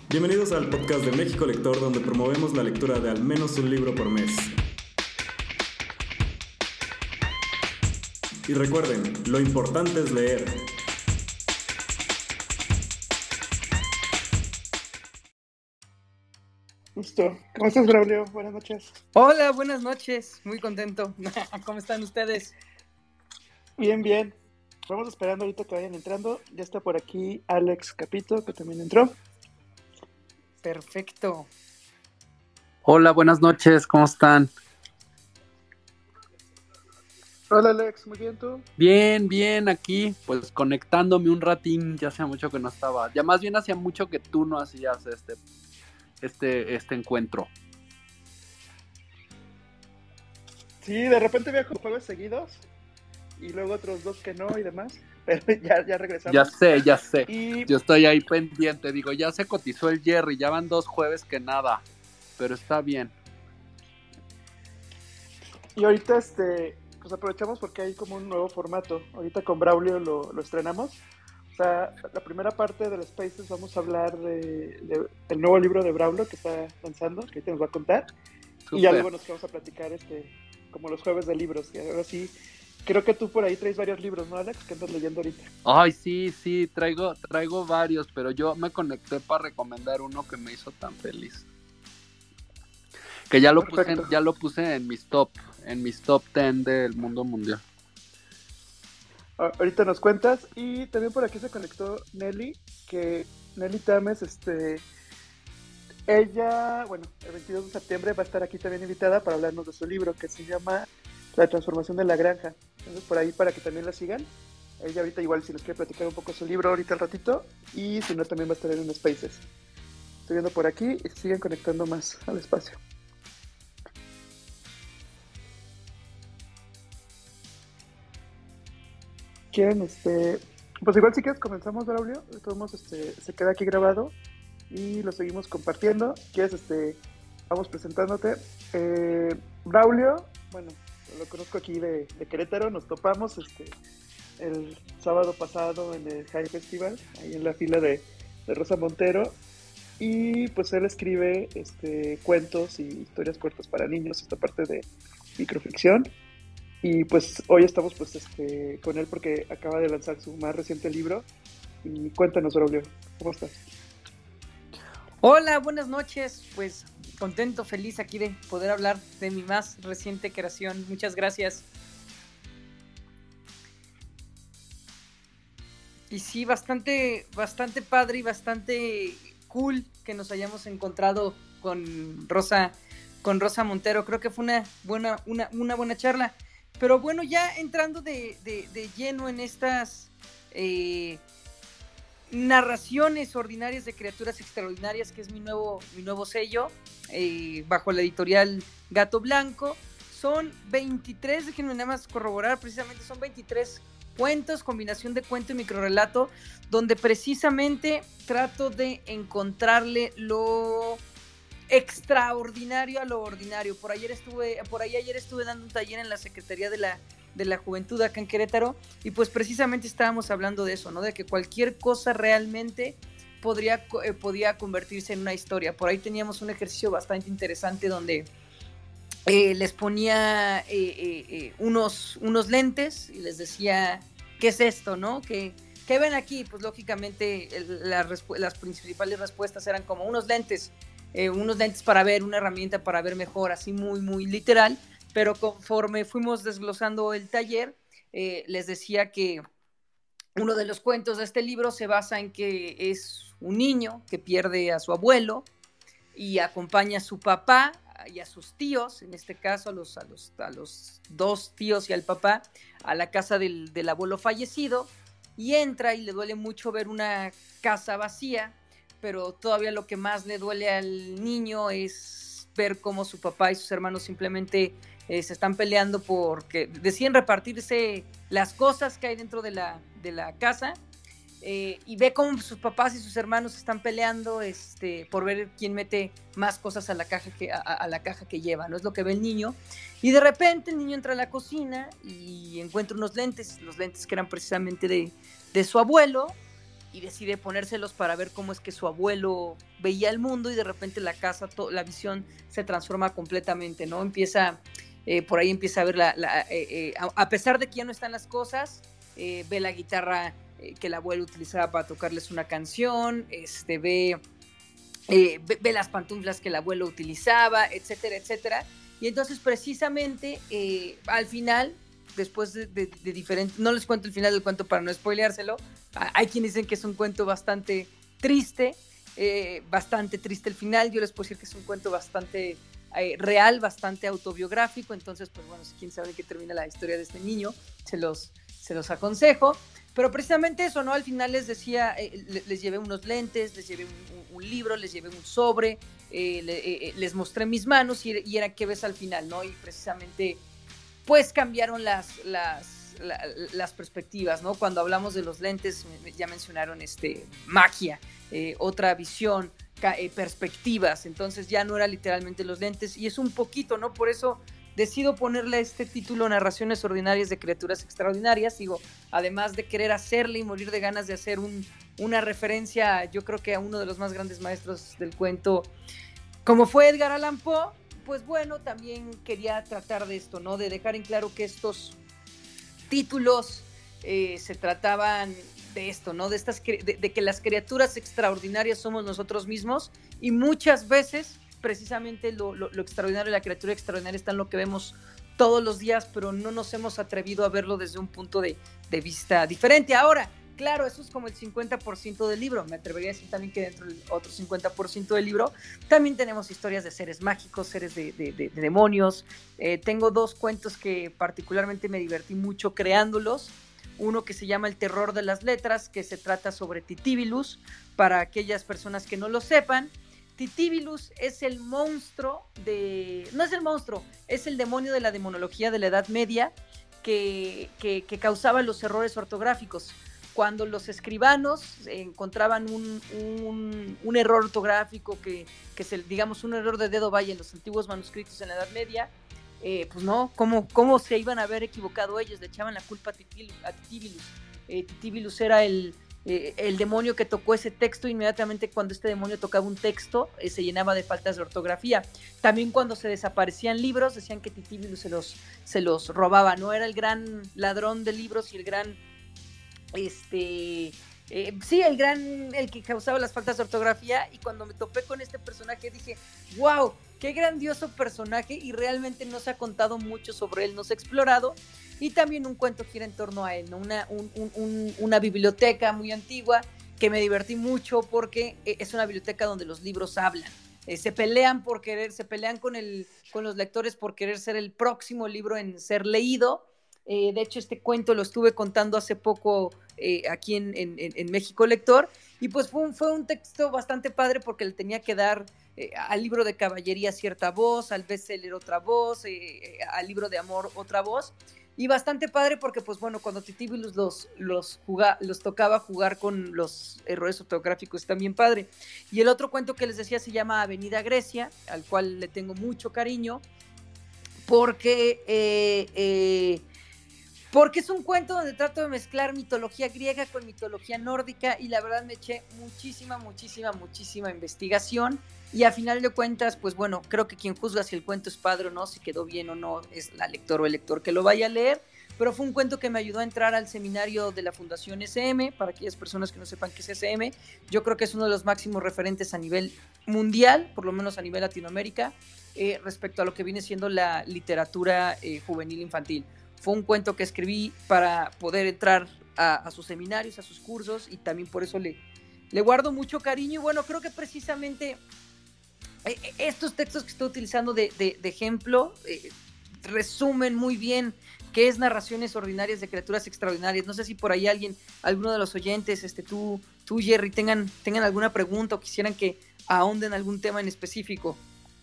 Bienvenidos al podcast de México Lector, donde promovemos la lectura de al menos un libro por mes. Y recuerden, lo importante es leer. Listo. ¿Cómo estás, Braulio? Buenas noches. Hola, buenas noches. Muy contento. ¿Cómo están ustedes? Bien, bien. Vamos esperando ahorita que vayan entrando. Ya está por aquí Alex Capito, que también entró. Perfecto. Hola, buenas noches. ¿Cómo están? Hola, Alex. Muy bien, ¿tú? Bien, aquí, pues conectándome un ratín. Ya hacía mucho que no estaba. Ya más bien hacía mucho que tú no hacías este encuentro. Sí, de repente veo juegos seguidos y luego otros dos que no y demás, pero ya regresamos. Ya sé. Y Yo estoy ahí pendiente. Digo, ya se cotizó el Jerry. Ya van 2 jueves que nada. Pero está bien. ahorita pues aprovechamos porque hay como un nuevo formato. Ahorita con Braulio lo estrenamos. O sea, la primera parte del Spaces vamos a hablar del nuevo libro de Braulio que está lanzando, que ahorita nos va a contar. Súper. Y ya luego nos vamos a platicar como los jueves de libros. Y ahora sí, creo que tú por ahí traes varios libros, ¿no, Alex? Que andas leyendo ahorita. Ay, sí, traigo varios, pero yo me conecté para recomendar uno que me hizo tan feliz. Que ya lo puse en mis top 10 del mundo mundial. Ahorita nos cuentas. Y también por aquí se conectó Nelly, que Nelly Tames, ella, bueno, el 22 de septiembre va a estar aquí también invitada para hablarnos de su libro que se llama La transformación de la granja. Entonces por ahí para que también la sigan. Ella ahorita igual si les quiere platicar un poco su libro ahorita al ratito, y si no también va a estar en un Spaces. Estoy viendo por aquí y siguen conectando más al espacio. ¿Quieren pues igual si quieres comenzamos, Braulio? De todos modos se queda aquí grabado y lo seguimos compartiendo. ¿Quieres vamos presentándote? Braulio, bueno, lo conozco aquí de Querétaro, nos topamos el sábado pasado en el High Festival, ahí en la fila de Rosa Montero, y pues él escribe cuentos y historias cortas para niños, esta parte de microficción. Y pues hoy estamos pues con él porque acaba de lanzar su más reciente libro. Y cuéntanos, Braulio, ¿cómo estás? Hola, buenas noches. Pues contento, feliz aquí de poder hablar de mi más reciente creación. Muchas gracias. Y sí, bastante padre y bastante cool que nos hayamos encontrado con Rosa Montero. Creo que fue una buena charla. Pero bueno, ya entrando de lleno en estas narraciones ordinarias de criaturas extraordinarias, que es mi nuevo sello, bajo la editorial Gato Blanco. Son 23, déjenme nada más corroborar, precisamente son 23 cuentos, combinación de cuento y microrelato, donde precisamente trato de encontrarle lo extraordinario a lo ordinario. Por ahí ayer estuve dando un taller en la Secretaría de la Juventud acá en Querétaro, y pues precisamente estábamos hablando de eso, ¿no? De que cualquier cosa realmente podía convertirse en una historia. Por ahí teníamos un ejercicio bastante interesante donde les ponía unos lentes y les decía, ¿qué es esto, no? ¿Qué ven aquí? Pues lógicamente las principales respuestas eran como unos lentes para ver, una herramienta para ver mejor, así muy, muy literal. Pero conforme fuimos desglosando el taller, les decía que uno de los cuentos de este libro se basa en que es un niño que pierde a su abuelo y acompaña a su papá y a sus tíos, en este caso a los 2 tíos y al papá, a la casa del abuelo fallecido, y entra y le duele mucho ver una casa vacía, pero todavía lo que más le duele al niño es ver cómo su papá y sus hermanos simplemente se están peleando porque deciden repartirse las cosas que hay dentro de la casa, y ve cómo sus papás y sus hermanos están peleando por ver quién mete más cosas a la caja que lleva, ¿no? Es lo que ve el niño. Y de repente el niño entra a la cocina y encuentra unos lentes, los lentes que eran precisamente de su abuelo, y decide ponérselos para ver cómo es que su abuelo veía el mundo, y de repente la casa, la visión se transforma completamente, ¿no? Por ahí empieza a ver a pesar de que ya no están las cosas, ve la guitarra que el abuelo utilizaba para tocarles una canción, ve las pantuflas que el abuelo utilizaba, etcétera, etcétera. Y entonces precisamente al final, después de diferentes, no les cuento el final del cuento para no spoileárselo, hay quienes dicen que es un cuento bastante triste el final. Yo les puedo decir que es un cuento bastante real, bastante autobiográfico. Entonces, pues bueno, si quieren saber qué termina la historia de este niño, se los aconsejo. Pero precisamente eso, ¿no? Al final les decía, les llevé unos lentes, les llevé un libro, les llevé un sobre, les mostré mis manos y era qué ves al final, ¿no? Y precisamente pues cambiaron las perspectivas, ¿no? Cuando hablamos de los lentes, ya mencionaron magia, otra visión, perspectivas. Entonces ya no era literalmente los lentes, y es un poquito, ¿no? Por eso decido ponerle este título, Narraciones Ordinarias de Criaturas Extraordinarias. Digo, además de querer hacerle y morir de ganas de hacer una referencia, yo creo que a uno de los más grandes maestros del cuento, como fue Edgar Allan Poe, pues bueno, también quería tratar de esto, ¿no? De dejar en claro que estos títulos se trataban de esto, ¿no? De que las criaturas extraordinarias somos nosotros mismos, y muchas veces precisamente lo extraordinario, la criatura extraordinaria está en lo que vemos todos los días, pero no nos hemos atrevido a verlo desde un punto de vista diferente. Ahora, claro, eso es como el 50% del libro. Me atrevería a decir también que dentro del otro 50% del libro también tenemos historias de seres mágicos, seres de demonios. Tengo 2 cuentos que particularmente me divertí mucho creándolos. Uno que se llama El terror de las letras, que se trata sobre Titíbilus. Para aquellas personas que no lo sepan, Titíbilus es el monstruo no es el monstruo, es el demonio de la demonología de la Edad Media que causaba los errores ortográficos. Cuando los escribanos encontraban un error ortográfico que es digamos un error de dedo vaya en los antiguos manuscritos en la Edad Media, pues no, ¿cómo se iban a haber equivocado ellos? Le echaban la culpa a Titíbilus. Titíbilus era el demonio que tocó ese texto. Inmediatamente cuando este demonio tocaba un texto, se llenaba de faltas de ortografía. También cuando se desaparecían libros, decían que Titíbilus se los robaba, ¿no? Era el gran ladrón de libros y el gran el que causaba las faltas de ortografía. Y cuando me topé con este personaje dije, wow, qué grandioso personaje, y realmente no se ha contado mucho sobre él, no se ha explorado. Y también un cuento gira en torno a él, ¿no? Una biblioteca muy antigua que me divertí mucho porque es una biblioteca donde los libros hablan. Se pelean con los lectores por querer ser el próximo libro en ser leído. De hecho, este cuento lo estuve contando hace poco aquí en México Lector, y pues fue un texto bastante padre porque le tenía que dar al libro de caballería cierta voz, al bestseller otra voz, al libro de amor otra voz. Y bastante padre porque, pues bueno, cuando Titíbilus los tocaba jugar con los errores ortográficos, también padre. Y el otro cuento que les decía se llama Avenida Grecia, al cual le tengo mucho cariño, porque es un cuento donde trato de mezclar mitología griega con mitología nórdica, y la verdad me eché muchísima investigación. Y a final de cuentas, pues bueno, creo que quien juzga si el cuento es padre o no, si quedó bien o no, es la lectora o el lector que lo vaya a leer. Pero fue un cuento que me ayudó a entrar al seminario de la Fundación SM. Para aquellas personas que no sepan qué es SM, yo creo que es uno de los máximos referentes a nivel mundial, por lo menos a nivel Latinoamérica, respecto a lo que viene siendo la literatura juvenil infantil. Fue un cuento que escribí para poder entrar a sus seminarios, a sus cursos, y también por eso le guardo mucho cariño. Y bueno, creo que precisamente estos textos que estoy utilizando de ejemplo resumen muy bien qué es Narraciones Ordinarias de Criaturas Extraordinarias. No sé si por ahí alguno de los oyentes, tú Jerry, tengan alguna pregunta o quisieran que ahonden algún tema en específico.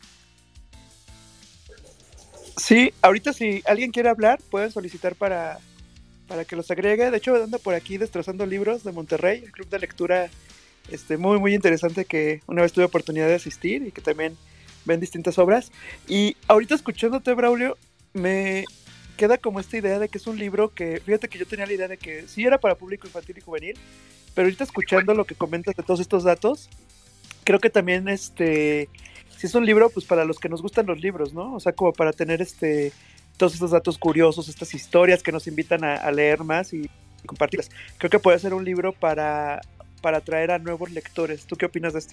Sí, ahorita si alguien quiere hablar, pueden solicitar para que los agregue. De hecho, ando por aquí destrozando libros de Monterrey, el club de lectura muy, muy interesante que una vez tuve oportunidad de asistir y que también ven distintas obras. Y ahorita escuchándote, Braulio, me queda como esta idea de que es un libro que, fíjate que yo tenía la idea de que sí era para público infantil y juvenil, pero ahorita escuchando lo que comentas de todos estos datos, creo que también si es un libro, pues para los que nos gustan los libros, ¿no? O sea, como para tener todos estos datos curiosos, estas historias que nos invitan a leer más y compartirlas. Creo que puede ser un libro para atraer a nuevos lectores. ¿Tú qué opinas de esto?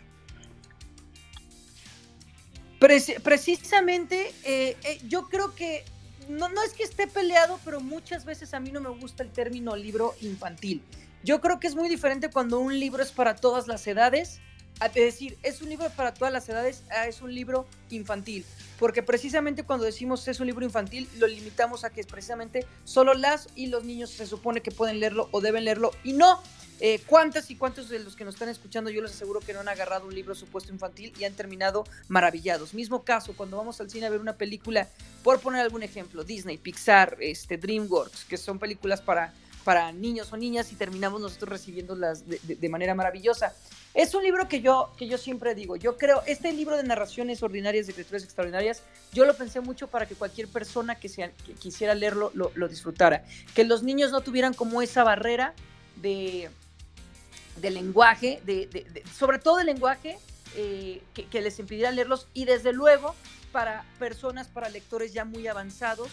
Precisamente, yo creo que no es que esté peleado, pero muchas veces a mí no me gusta el término libro infantil. Yo creo que es muy diferente cuando un libro es para todas las edades, es decir, es un libro para todas las edades, es un libro infantil, porque precisamente cuando decimos es un libro infantil, lo limitamos a que es precisamente solo las y los niños se supone que pueden leerlo o deben leerlo, y no. ¿Cuántas y cuántos de los que nos están escuchando, yo les aseguro que no han agarrado un libro supuesto infantil y han terminado maravillados? Mismo caso, cuando vamos al cine a ver una película, por poner algún ejemplo, Disney, Pixar, DreamWorks, que son películas para niños o niñas, y terminamos nosotros recibiéndolas de manera maravillosa. Es un libro que yo siempre digo, yo creo, este libro de narraciones ordinarias, de criaturas extraordinarias, yo lo pensé mucho para que cualquier persona que quisiera leerlo lo disfrutara, que los niños no tuvieran como esa barrera de lenguaje, sobre todo de lenguaje, que les impidiera leerlos, y desde luego para personas, para lectores ya muy avanzados,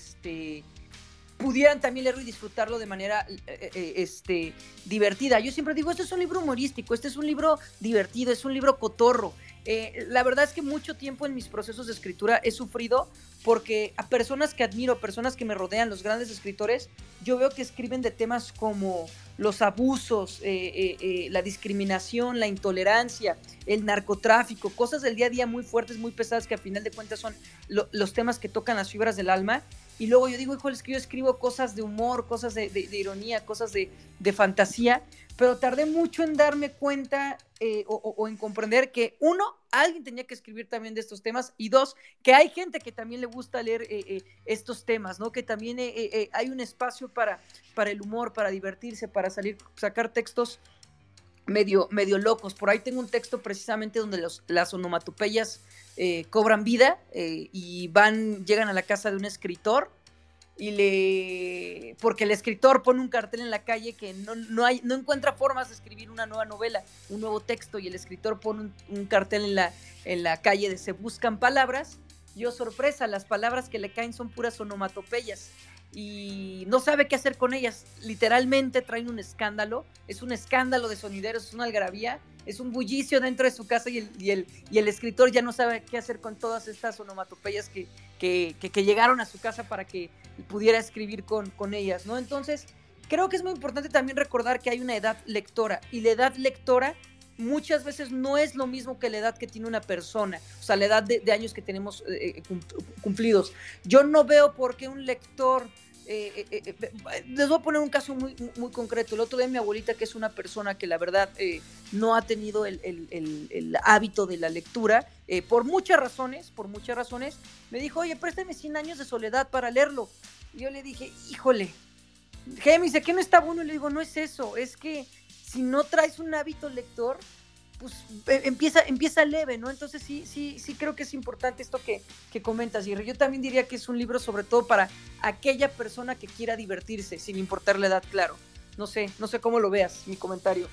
pudieran también leerlo y disfrutarlo de manera divertida. Yo siempre digo, este es un libro humorístico, este es un libro divertido, es un libro cotorro. La verdad es que mucho tiempo en mis procesos de escritura he sufrido porque a personas que admiro, personas que me rodean, los grandes escritores, yo veo que escriben de temas como los abusos, la discriminación, la intolerancia, el narcotráfico, cosas del día a día muy fuertes, muy pesadas, que a final de cuentas son los temas que tocan las fibras del alma. Y luego yo digo, híjole, es que yo escribo cosas de humor, cosas de ironía, cosas de fantasía, pero tardé mucho en darme cuenta o en comprender que, uno, alguien tenía que escribir también de estos temas, y dos, que hay gente que también le gusta leer estos temas, ¿no? Que también hay un espacio para el humor, para divertirse, para sacar textos medio locos. Por ahí tengo un texto precisamente donde las onomatopeyas cobran vida y llegan a la casa de un escritor porque el escritor pone un cartel en la calle que no encuentra formas de escribir una nueva novela, un nuevo texto, y el escritor pone un cartel en la calle de se buscan palabras, y oh sorpresa, las palabras que le caen son puras onomatopeyas y no sabe qué hacer con ellas. Literalmente traen un escándalo, es un escándalo de sonideros, es una algarabía, es un bullicio dentro de su casa, y el escritor ya no sabe qué hacer con todas estas onomatopeyas que llegaron a su casa para que pudiera escribir con ellas, ¿no? Entonces, creo que es muy importante también recordar que hay una edad lectora, y la edad lectora muchas veces no es lo mismo que la edad que tiene una persona, o sea, la edad de años que tenemos cumplidos. Yo no veo por qué un lector... les voy a poner un caso muy, muy concreto. El otro día mi abuelita, que es una persona que la verdad no ha tenido el hábito de la lectura, por muchas razones, me dijo, oye, préstame 100 años de soledad para leerlo. Y yo le dije, híjole, me dice, ¿qué no está bueno? Y le digo, no es eso, es que si no traes un hábito lector, pues empieza leve, ¿no? Entonces sí creo que es importante esto que comentas, y yo también diría que es un libro sobre todo para aquella persona que quiera divertirse, sin importar la edad, claro. No sé cómo lo veas, mi comentario.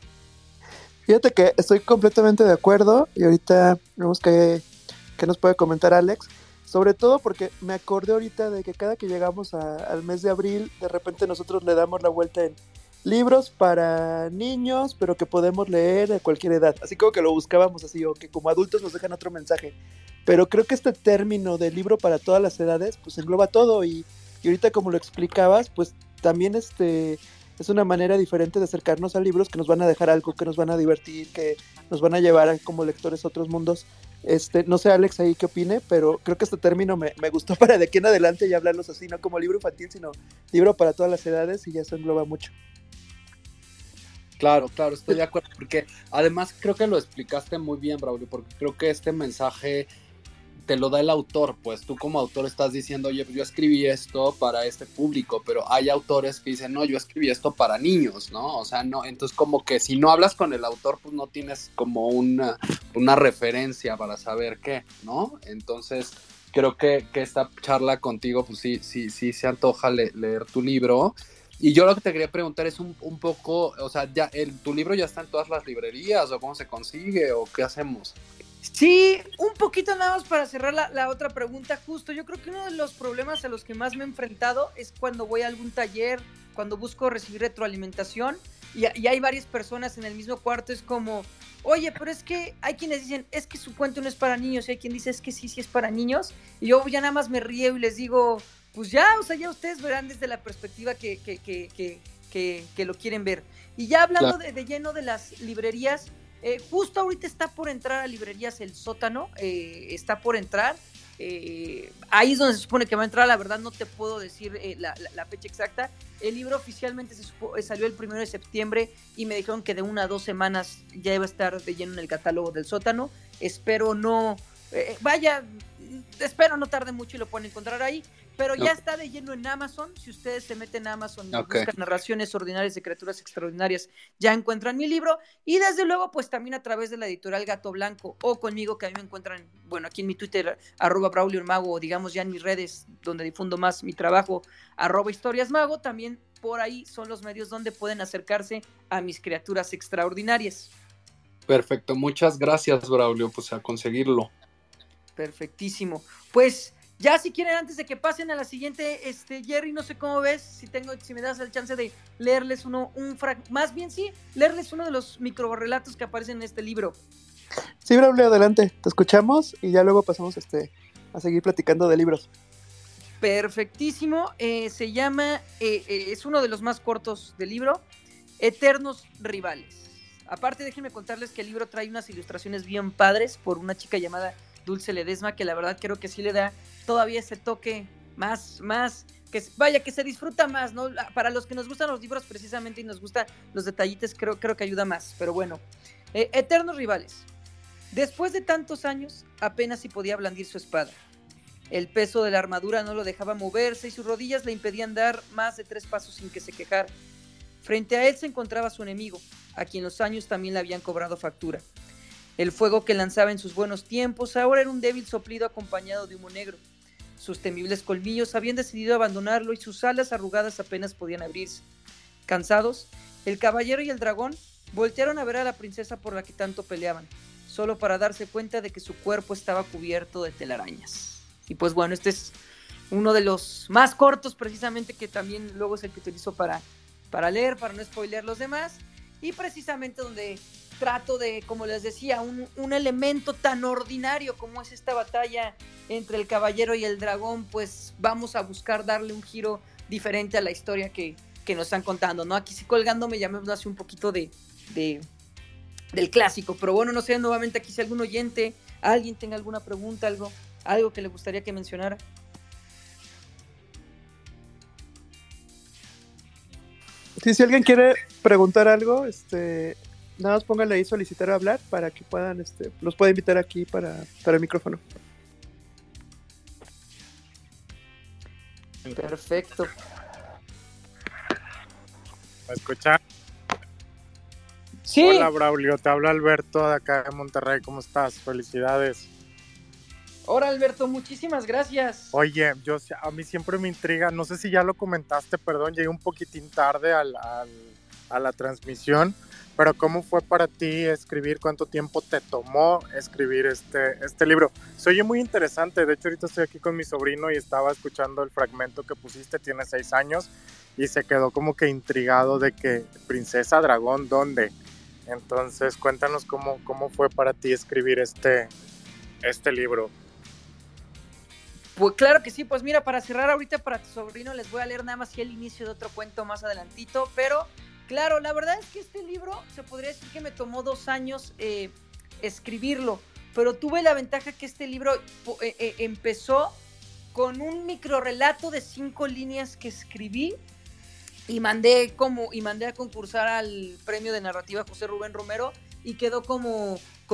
Fíjate que estoy completamente de acuerdo, y ahorita vemos qué nos puede comentar Alex, sobre todo porque me acordé ahorita de que cada que llegamos al mes de abril, de repente nosotros le damos la vuelta en libros para niños, pero que podemos leer a cualquier edad, así como que lo buscábamos así, o que como adultos nos dejan otro mensaje, pero creo que este término de libro para todas las edades, pues engloba todo, y ahorita como lo explicabas, pues también es una manera diferente de acercarnos a libros que nos van a dejar algo, que nos van a divertir, que nos van a llevar como lectores a otros mundos. No sé, Alex, ahí qué opine, pero creo que este término me gustó para de aquí en adelante ya hablarlos así, no como libro infantil, sino libro para todas las edades, y ya se engloba mucho. Claro, estoy de acuerdo, porque además creo que lo explicaste muy bien, Braulio, porque creo que este mensaje te lo da el autor, pues tú como autor estás diciendo, oye, pues yo escribí esto para este público, pero hay autores que dicen, no, yo escribí esto para niños, ¿no? O sea, no, entonces como que si no hablas con el autor, pues no tienes como una referencia para saber qué, ¿no? Entonces creo que esta charla contigo, pues sí se antoja leer tu libro. Y yo lo que te quería preguntar es un poco, o sea, ya ¿tu libro ya está en todas las librerías o cómo se consigue o qué hacemos? Sí, un poquito nada más para cerrar la otra pregunta, justo. Yo creo que uno de los problemas a los que más me he enfrentado es cuando voy a algún taller, cuando busco recibir retroalimentación y hay varias personas en el mismo cuarto, es como, oye, pero es que hay quienes dicen, es que su cuento no es para niños, y hay quien dice, es que sí es para niños, y yo ya nada más me río y les digo, pues ya, o sea, ya ustedes verán desde la perspectiva que lo quieren ver. Y ya hablando Claro. de lleno de las librerías, justo ahorita está por entrar a librerías El Sótano, está por entrar, ahí es donde se supone que va a entrar, la verdad no te puedo decir la fecha exacta. El libro oficialmente salió el 1 de septiembre y me dijeron que de 1 a 2 semanas ya iba a estar de lleno en el catálogo del Sótano. Espero no tarde mucho y lo pueden encontrar ahí, pero ya está de lleno en Amazon. Si ustedes se meten a Amazon y buscan Narraciones Ordinarias de Criaturas Extraordinarias, ya encuentran mi libro, y desde luego pues también a través de la editorial Gato Blanco o conmigo, que a mí me encuentran, bueno, aquí en mi Twitter @BraulioMago, o digamos ya en mis redes donde difundo más mi trabajo, @HistoriasMago. También por ahí son los medios donde pueden acercarse a mis criaturas extraordinarias. Perfecto, muchas gracias, Braulio, pues a conseguirlo. Perfectísimo. Pues ya si quieren, antes de que pasen a la siguiente, Jerry, no sé cómo ves, si me das el chance de leerles leerles uno de los microrelatos que aparecen en este libro. Sí, Braulio, adelante, te escuchamos y ya luego pasamos a seguir platicando de libros. Perfectísimo, se llama, es uno de los más cortos del libro, Eternos Rivales. Aparte, déjenme contarles que el libro trae unas ilustraciones bien padres por una chica llamada Dulce Ledesma, que la verdad creo que sí le da todavía ese toque más, que se disfruta más, ¿no? Para los que nos gustan los libros precisamente y nos gustan los detallitos, creo que ayuda más. Pero bueno, Eternos Rivales. Después de tantos años, apenas si podía blandir su espada. El peso de la armadura no lo dejaba moverse y sus rodillas le impedían dar más de 3 pasos sin que se quejara. Frente a él se encontraba su enemigo, a quien los años también le habían cobrado factura. El fuego que lanzaba en sus buenos tiempos ahora era un débil soplido acompañado de humo negro. Sus temibles colmillos habían decidido abandonarlo y sus alas arrugadas apenas podían abrirse. Cansados, el caballero y el dragón voltearon a ver a la princesa por la que tanto peleaban, solo para darse cuenta de que su cuerpo estaba cubierto de telarañas. Y pues bueno, este es uno de los más cortos precisamente, que también luego es el que utilizo para leer, para no spoilear los demás, y precisamente donde trato de, como les decía, un elemento tan ordinario como es esta batalla entre el caballero y el dragón, pues vamos a buscar darle un giro diferente a la historia que nos están contando, ¿no? Aquí sí colgándome, llamémoslo así un poquito del clásico, pero bueno, no sé, nuevamente aquí si algún oyente, alguien tenga alguna pregunta, algo que le gustaría que mencionara. Sí, si alguien quiere preguntar algo, nada más pónganle ahí solicitar a hablar para que puedan, los pueda invitar aquí para el micrófono. Perfecto. ¿Me escuchan? Sí. Hola, Braulio, te habla Alberto de acá de Monterrey, ¿cómo estás? Felicidades. Hola, Alberto, muchísimas gracias. Oye, a mí siempre me intriga, no sé si ya lo comentaste, perdón, llegué un poquitín tarde a la transmisión, pero ¿cómo fue para ti escribir? ¿Cuánto tiempo te tomó escribir este libro? Se oye muy interesante, de hecho ahorita estoy aquí con mi sobrino y estaba escuchando el fragmento que pusiste, tiene 6 años, y se quedó como que intrigado de que princesa dragón, ¿dónde? Entonces cuéntanos cómo fue para ti escribir este libro. Pues claro que sí, pues mira, para cerrar ahorita para tu sobrino les voy a leer nada más el inicio de otro cuento más adelantito, pero claro, la verdad es que este libro se podría decir que me tomó 2 años escribirlo, pero tuve la ventaja que este libro empezó con un microrelato de 5 líneas que escribí y mandé a concursar al premio de narrativa José Rubén Romero y quedó como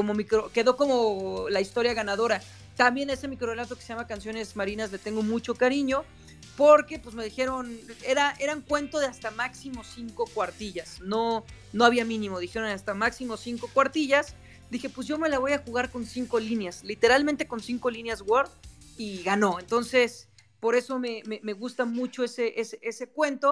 la historia ganadora. También ese microrelato que se llama Canciones Marinas le tengo mucho cariño porque pues me dijeron, eran cuento de hasta máximo 5 cuartillas, no había mínimo, dijeron hasta máximo 5 cuartillas. Dije, pues yo me la voy a jugar con 5 líneas, literalmente con 5 líneas Word, y ganó. Entonces, por eso me gusta mucho ese cuento.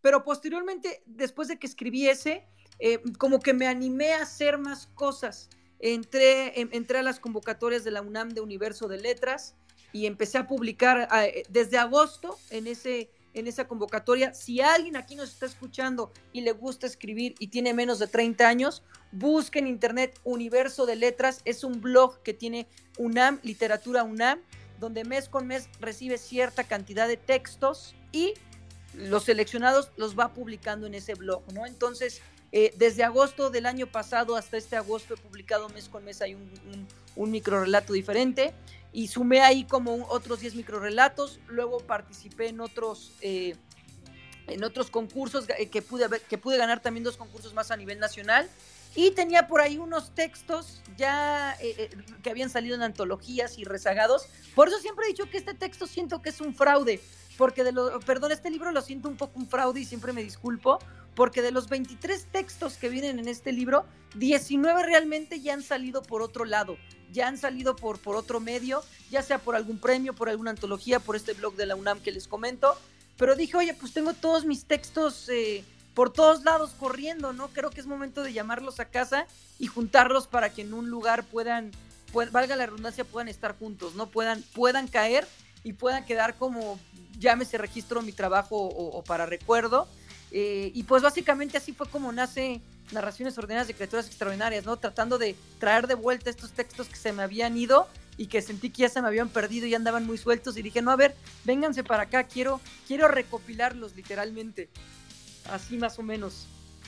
pero posteriormente, después de que escribí ese, como que me animé a hacer más cosas. Entré a las convocatorias de la UNAM de Universo de Letras y empecé a publicar desde agosto en esa convocatoria. Si alguien aquí nos está escuchando y le gusta escribir y tiene menos de 30 años, busque en internet Universo de Letras. Es un blog que tiene UNAM, Literatura UNAM, donde mes con mes recibe cierta cantidad de textos y los seleccionados los va publicando en ese blog, ¿no? Entonces, desde agosto del año pasado hasta este agosto he publicado mes con mes hay un microrelato diferente y sumé ahí como otros 10 microrelatos. Luego participé en otros concursos que pude ganar también 2 concursos más a nivel nacional, y tenía por ahí unos textos ya que habían salido en antologías y rezagados. Por eso siempre he dicho que este texto siento que es un fraude, porque este libro lo siento un poco un fraude y siempre me disculpo, porque de los 23 textos que vienen en este libro, 19 realmente ya han salido por otro lado, ya han salido por otro medio, ya sea por algún premio, por alguna antología, por este blog de la UNAM que les comento. Pero dije, oye, pues tengo todos mis textos por todos lados corriendo, ¿no? Creo que es momento de llamarlos a casa y juntarlos para que en un lugar valga la redundancia, puedan estar juntos, ¿no? Puedan caer y puedan quedar como, llámese registro mi trabajo o para recuerdo. Y pues básicamente así fue como nace Narraciones Ordenadas de Criaturas Extraordinarias, ¿no? Tratando de traer de vuelta estos textos que se me habían ido y que sentí que ya se me habían perdido y ya andaban muy sueltos, y dije, no, a ver, vénganse para acá, quiero recopilarlos literalmente, así más o menos.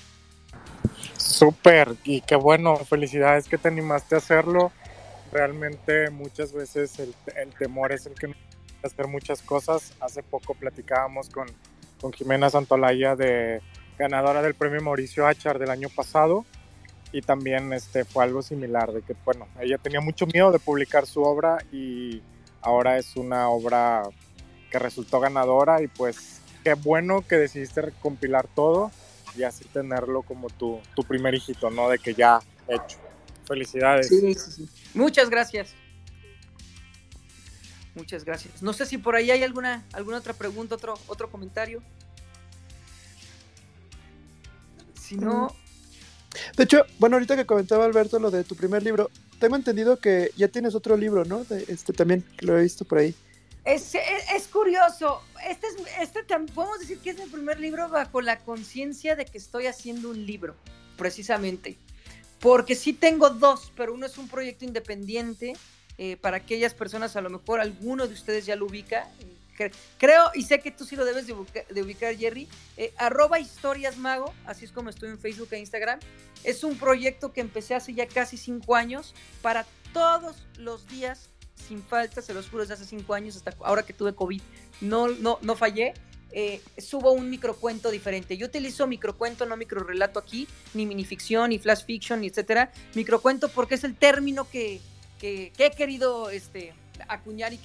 Súper, y qué bueno, felicidades que te animaste a hacerlo. Realmente muchas veces el temor es el que nos hace hacer muchas cosas. Hace poco platicábamos con Jimena Santolaya, ganadora del premio Mauricio Achar del año pasado, y también fue algo similar, de que bueno, ella tenía mucho miedo de publicar su obra y ahora es una obra que resultó ganadora, y pues qué bueno que decidiste recompilar todo y así tenerlo como tu primer hijito, ¿no? De que ya hecho. Felicidades. Sí. Muchas gracias. Muchas gracias. No sé si por ahí hay alguna otra pregunta, otro comentario. Si no... De hecho, bueno, ahorita que comentaba Alberto lo de tu primer libro, tengo entendido que ya tienes otro libro, ¿no? También lo he visto por ahí. Es curioso. Podemos decir que es mi primer libro bajo la conciencia de que estoy haciendo un libro, precisamente. Porque sí tengo 2, pero uno es un proyecto independiente. Para aquellas personas, a lo mejor alguno de ustedes ya lo ubica, creo, y sé que tú sí lo debes de ubicar, Jerry, @historiasmago, así es como estoy en Facebook e Instagram. Es un proyecto que empecé hace ya casi 5 años, para todos los días, sin falta, se los juro, desde hace 5 años, hasta ahora que tuve COVID, no fallé. Subo un microcuento diferente. Yo utilizo microcuento, no microrelato aquí, ni minificción, ni flash fiction, ni etcétera. Microcuento porque es el término que he querido acuñar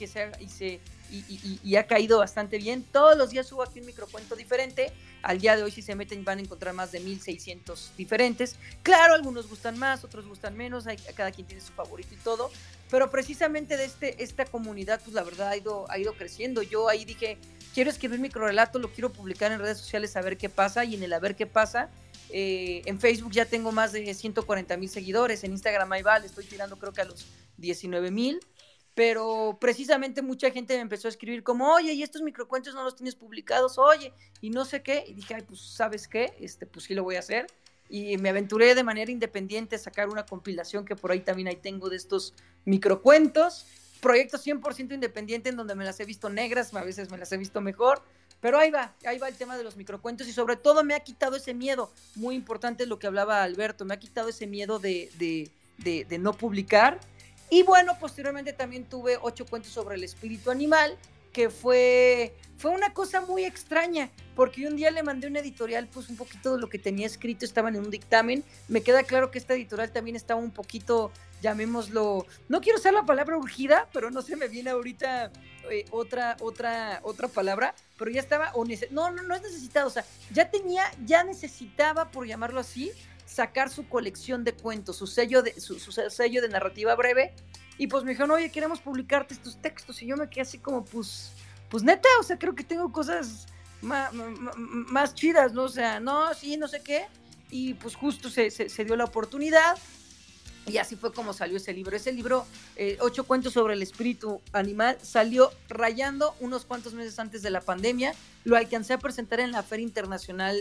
y ha caído bastante bien. Todos los días subo aquí un microcuento diferente. Al día de hoy, si se meten, van a encontrar más de 1600 diferentes. Claro, algunos gustan más, otros gustan menos, cada quien tiene su favorito y todo, pero precisamente de esta comunidad, pues la verdad ha ido creciendo. Yo ahí dije, quiero escribir microrelato, lo quiero publicar en redes sociales, a ver qué pasa, y en el a ver qué pasa, en Facebook ya tengo más de 140,000 seguidores, en Instagram ahí va, le estoy tirando creo que a los 19,000, pero precisamente mucha gente me empezó a escribir como, oye, ¿y estos microcuentos no los tienes publicados? Oye, y no sé qué, y dije, ay, pues, ¿sabes qué? Pues sí lo voy a hacer, y me aventuré de manera independiente a sacar una compilación que por ahí también ahí tengo de estos microcuentos, proyecto 100% independiente en donde me las he visto negras, a veces me las he visto mejor, pero ahí va el tema de los microcuentos, y sobre todo me ha quitado ese miedo, muy importante lo que hablaba Alberto, me ha quitado ese miedo de no publicar. Y bueno, posteriormente también tuve 8 cuentos sobre el espíritu animal, que fue una cosa muy extraña, porque un día le mandé una editorial, pues un poquito de lo que tenía escrito, estaban en un dictamen. Me queda claro que esta editorial también estaba un poquito, llamémoslo, no quiero usar la palabra urgida, pero no se me viene ahorita otra palabra, pero ya estaba, no es necesitado, o sea, ya necesitaba, por llamarlo así, sacar su colección de cuentos, su sello de narrativa breve, y pues me dijeron, oye, queremos publicarte estos textos, y yo me quedé así como, pues neta, o sea, creo que tengo cosas más chidas, ¿no? O sea, no, sí, no sé qué, y pues justo se dio la oportunidad, y así fue como salió ese libro. Ese libro, 8 cuentos sobre el espíritu animal, salió rayando unos cuantos meses antes de la pandemia. Lo alcancé a presentar en la Feria Internacional,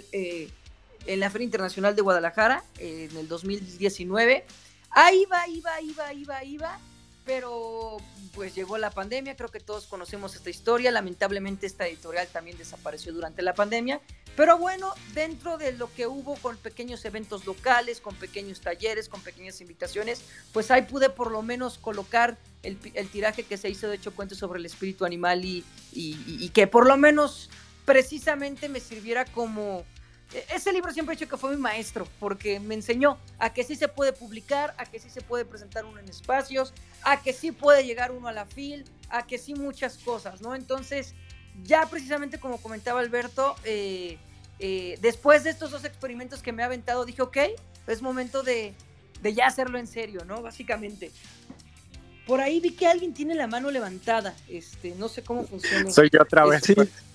de Guadalajara, en el 2019. Ahí iba, pero pues llegó la pandemia. Creo que todos conocemos esta historia. Lamentablemente esta editorial también desapareció durante la pandemia, pero bueno, dentro de lo que hubo, con pequeños eventos locales, con pequeños talleres, con pequeñas invitaciones, pues ahí pude por lo menos colocar el tiraje que se hizo de 8 cuentos sobre el espíritu animal, y que por lo menos precisamente me sirviera como... Ese libro siempre he dicho que fue mi maestro, porque me enseñó a que sí se puede publicar, a que sí se puede presentar uno en espacios, a que sí puede llegar uno a la FIL, a que sí muchas cosas, ¿no? Entonces, ya precisamente como comentaba Alberto, después de estos 2 experimentos que me ha aventado, dije, ok, es momento de ya hacerlo en serio, ¿no? Básicamente. Por ahí vi que alguien tiene la mano levantada, no sé cómo funciona. Soy yo otra vez. Sí.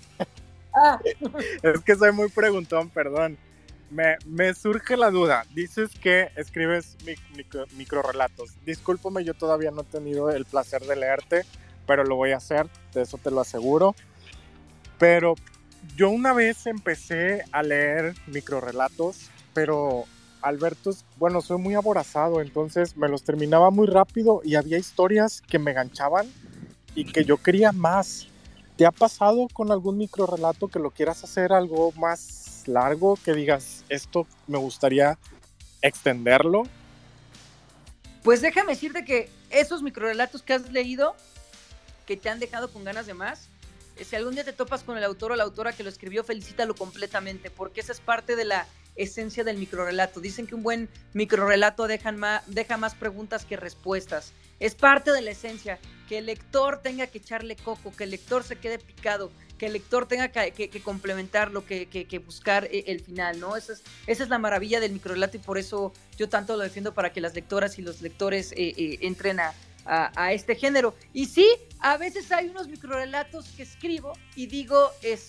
Es que soy muy preguntón, perdón. Me surge la duda. Dices que escribes microrelatos. Discúlpame, yo todavía no he tenido el placer de leerte, pero lo voy a hacer, de eso te lo aseguro. Pero yo una vez empecé a leer microrelatos, pero Alberto, bueno, soy muy aborazado, entonces me los terminaba muy rápido y había historias que me ganchaban y que yo quería más. ¿Te ha pasado con algún microrelato que lo quieras hacer algo más largo, que digas, esto me gustaría extenderlo? Pues déjame decirte que esos microrelatos que has leído, que te han dejado con ganas de más, si algún día te topas con el autor o la autora que lo escribió, felicítalo completamente, porque esa es parte de la esencia del microrelato. Dicen que un buen microrelato deja más preguntas que respuestas. Es parte de la esencia, que el lector tenga que echarle coco, que el lector se quede picado, que el lector tenga que complementarlo, que buscar el final, ¿no? Esa es la maravilla del microrelato, y por eso yo tanto lo defiendo, para que las lectoras y los lectores entren a este género. Y sí, a veces hay unos microrelatos que escribo y digo,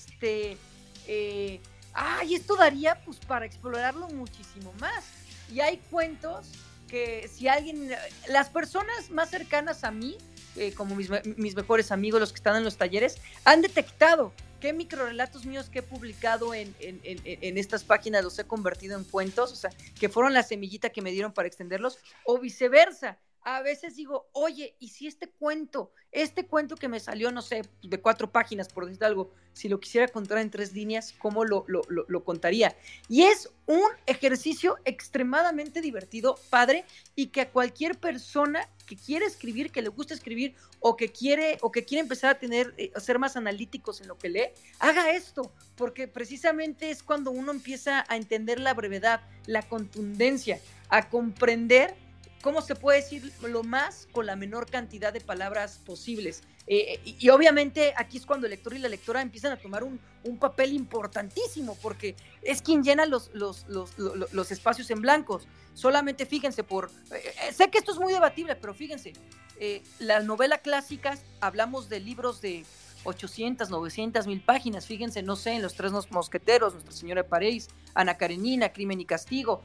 esto daría pues para explorarlo muchísimo más. Y hay cuentos que si alguien, las personas más cercanas a mí, como mis mejores amigos, los que están en los talleres, han detectado qué microrelatos míos que he publicado en estas páginas los he convertido en cuentos, o sea, que fueron la semillita que me dieron para extenderlos, o viceversa. A veces digo, oye, ¿y si este cuento que me salió, no sé, de 4 páginas, por decir algo, si lo quisiera contar en 3 líneas, ¿cómo lo contaría? Y es un ejercicio extremadamente divertido, padre, y que a cualquier persona que quiere escribir, que le gusta escribir, o que quiere empezar a ser más analíticos en lo que lee, haga esto, porque precisamente es cuando uno empieza a entender la brevedad, la contundencia, a comprender cómo se puede decir lo más con la menor cantidad de palabras posibles. Y obviamente aquí es cuando el lector y la lectora empiezan a tomar un papel importantísimo, porque es quien llena los espacios en blancos. Solamente fíjense sé que esto es muy debatible, pero fíjense, la novela clásica, hablamos de libros de 800, 900, 1000 páginas, fíjense, no sé, en Los Tres Mosqueteros, Nuestra Señora de París, Ana Karenina, Crimen y Castigo,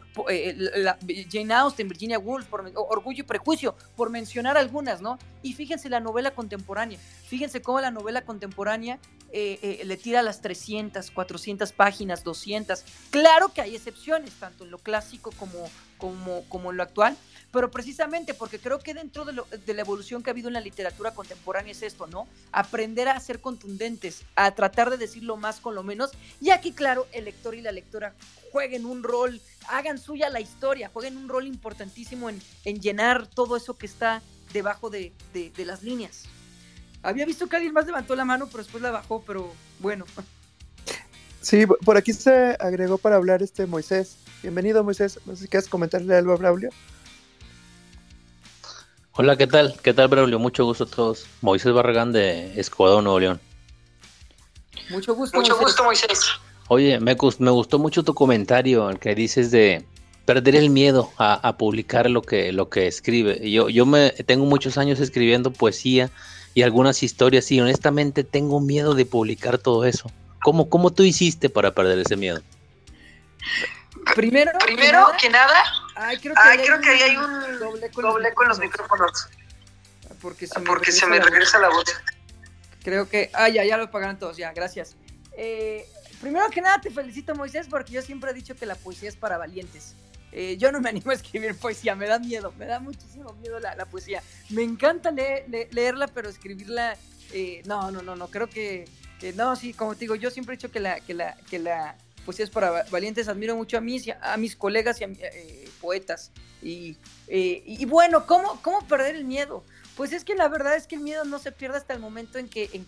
Jane Austen, Virginia Woolf, Orgullo y Prejuicio, por mencionar algunas, ¿no? Y fíjense la novela contemporánea, fíjense cómo la novela contemporánea le tira las 300, 400 páginas, 200, claro que hay excepciones, tanto en lo clásico como en lo actual, pero precisamente porque creo que dentro de la evolución que ha habido en la literatura contemporánea es esto, ¿no? Aprender a ser contundentes, a tratar de decir lo más con lo menos, y aquí, claro, el lector y la lectora jueguen un rol, hagan suya la historia, jueguen un rol importantísimo en llenar todo eso que está debajo de las líneas. Había visto que alguien más levantó la mano, pero después la bajó, pero bueno. Sí, por aquí se agregó para hablar Moisés. Bienvenido, Moisés. No sé si quieres comentarle algo a Braulio. Hola, ¿qué tal? ¿Qué tal, Braulio? Mucho gusto a todos. Moisés Barragán de Escobedo, Nuevo León. Mucho gusto, Moisés. Oye, me gustó mucho tu comentario, el que dices de perder el miedo a publicar lo que escribe. Yo tengo muchos años escribiendo poesía y algunas historias, y honestamente tengo miedo de publicar todo eso. ¿Cómo tú hiciste para perder ese miedo? Primero que nada, creo que ahí hay un doble con los micrófonos. Porque se me regresa la voz. Creo que... ya lo apagaron todos, ya, gracias. Primero que nada te felicito, Moisés, porque yo siempre he dicho que la poesía es para valientes. Yo no me animo a escribir poesía, me da miedo, me da muchísimo miedo la poesía. Me encanta leerla, pero escribirla, no, creo que no, sí, como te digo, yo siempre he dicho que la poesía es para valientes. Admiro mucho a mis colegas y a poetas. Y bueno, ¿cómo perder el miedo? Pues es que la verdad es que el miedo no se pierde hasta el momento en que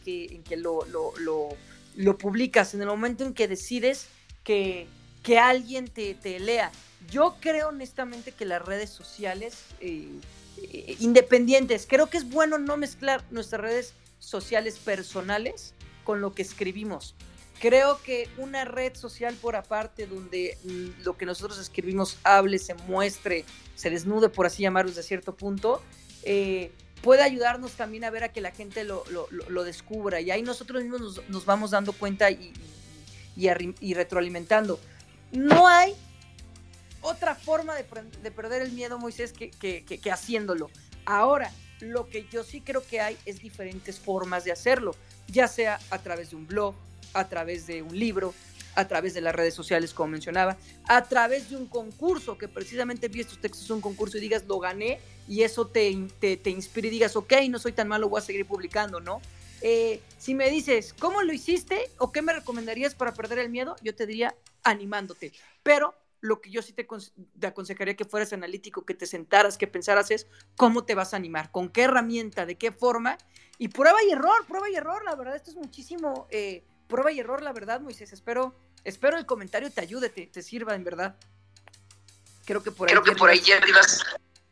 lo publicas, en el momento en que decides que alguien te lea. Yo creo honestamente que las redes sociales independientes, creo que es bueno no mezclar nuestras redes sociales personales con lo que escribimos. Creo que una red social por aparte donde lo que nosotros escribimos hable, se muestre, se desnude, por así llamarlo desde cierto punto, puede ayudarnos también a ver a que la gente lo descubra, y ahí nosotros mismos nos vamos dando cuenta y retroalimentando. No hay otra forma de perder el miedo, Moisés, que haciéndolo. Ahora, lo que yo sí creo que hay es diferentes formas de hacerlo, ya sea a través de un blog, a través de un libro, a través de las redes sociales, como mencionaba, a través de un concurso, que precisamente vi estos textos en un concurso y digas, lo gané, y eso te inspire y digas, ok, no soy tan malo, voy a seguir publicando, ¿no? Si me dices, ¿cómo lo hiciste? ¿O qué me recomendarías para perder el miedo? Yo te diría, animándote. Pero lo que yo sí te aconsejaría que fueras analítico, que te sentaras, que pensaras es, ¿cómo te vas a animar? ¿Con qué herramienta? ¿De qué forma? Y prueba y error, la verdad, esto es muchísimo... prueba y error, la verdad, Moisés. Espero el comentario te ayude, te sirva, en verdad. Creo que por ahí ya ibas.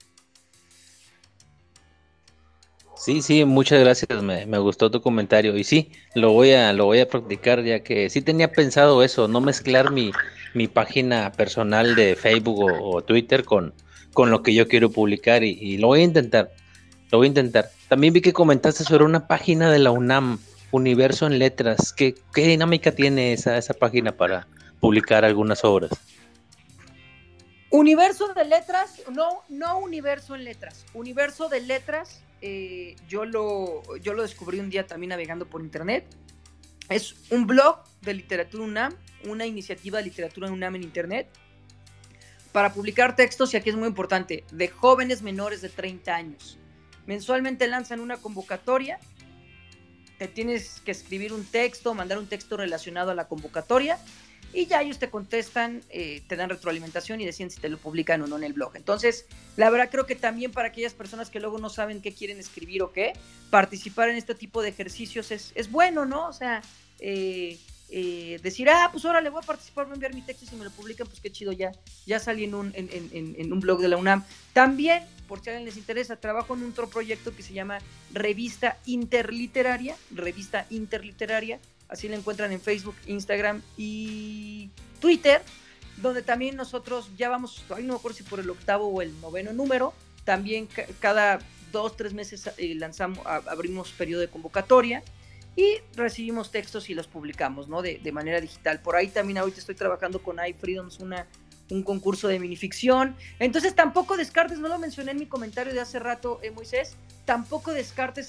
Sí, muchas gracias, me gustó tu comentario. Y sí, lo voy a practicar, ya que sí tenía pensado eso, no mezclar mi página personal de Facebook o Twitter con lo que yo quiero publicar, y lo voy a intentar. También vi que comentaste sobre una página de la UNAM, Universo en Letras. ¿Qué dinámica tiene esa página para publicar algunas obras? Universo de Letras, no Universo en Letras. Universo de Letras, yo lo descubrí un día también navegando por internet. Es un blog de literatura UNAM, una iniciativa de literatura UNAM en internet, para publicar textos, y aquí es muy importante, de jóvenes menores de 30 años. Mensualmente lanzan una convocatoria. Te tienes que escribir un texto, mandar un texto relacionado a la convocatoria, y ya ellos te contestan, te dan retroalimentación y deciden si te lo publican o no en el blog. Entonces, la verdad creo que también para aquellas personas que luego no saben qué quieren escribir o qué, participar en este tipo de ejercicios es bueno, ¿no? O sea, decir, pues ahora le voy a participar, voy a enviar mi texto, y si me lo publican, pues qué chido, ya salí en un blog de la UNAM. También, por si a alguien les interesa, trabajo en otro proyecto que se llama Revista Interliteraria, así la encuentran en Facebook, Instagram y Twitter, donde también nosotros ya vamos, no me acuerdo si por el 8º o el 9º número, también cada 2-3 meses abrimos periodo de convocatoria y recibimos textos y los publicamos, ¿no? De manera digital. Por ahí también ahorita estoy trabajando con iFreedoms, un concurso de minificción. Entonces tampoco descartes, no lo mencioné en mi comentario de hace rato, Moisés, tampoco descarten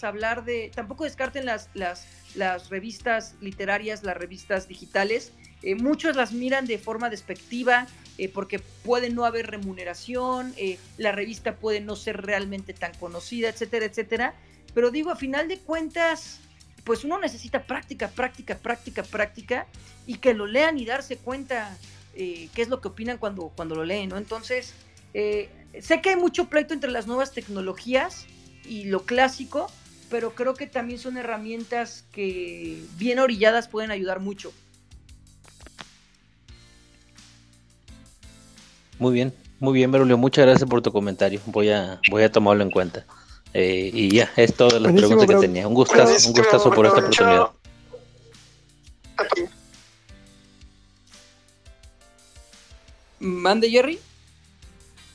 las revistas literarias, las revistas digitales. Muchos las miran de forma despectiva, porque puede no haber remuneración, la revista puede no ser realmente tan conocida, etcétera, etcétera. Pero digo, a final de cuentas, pues uno necesita práctica, y que lo lean y darse cuenta qué es lo que opinan cuando lo leen, ¿no? Entonces, sé que hay mucho pleito entre las nuevas tecnologías y lo clásico, pero creo que también son herramientas que bien orilladas pueden ayudar mucho. Muy bien, Berulio, muchas gracias por tu comentario. Voy a tomarlo en cuenta. Y ya, es todas las preguntas que tenía. Un gustazo por esta oportunidad. ¿Mande, Jerry?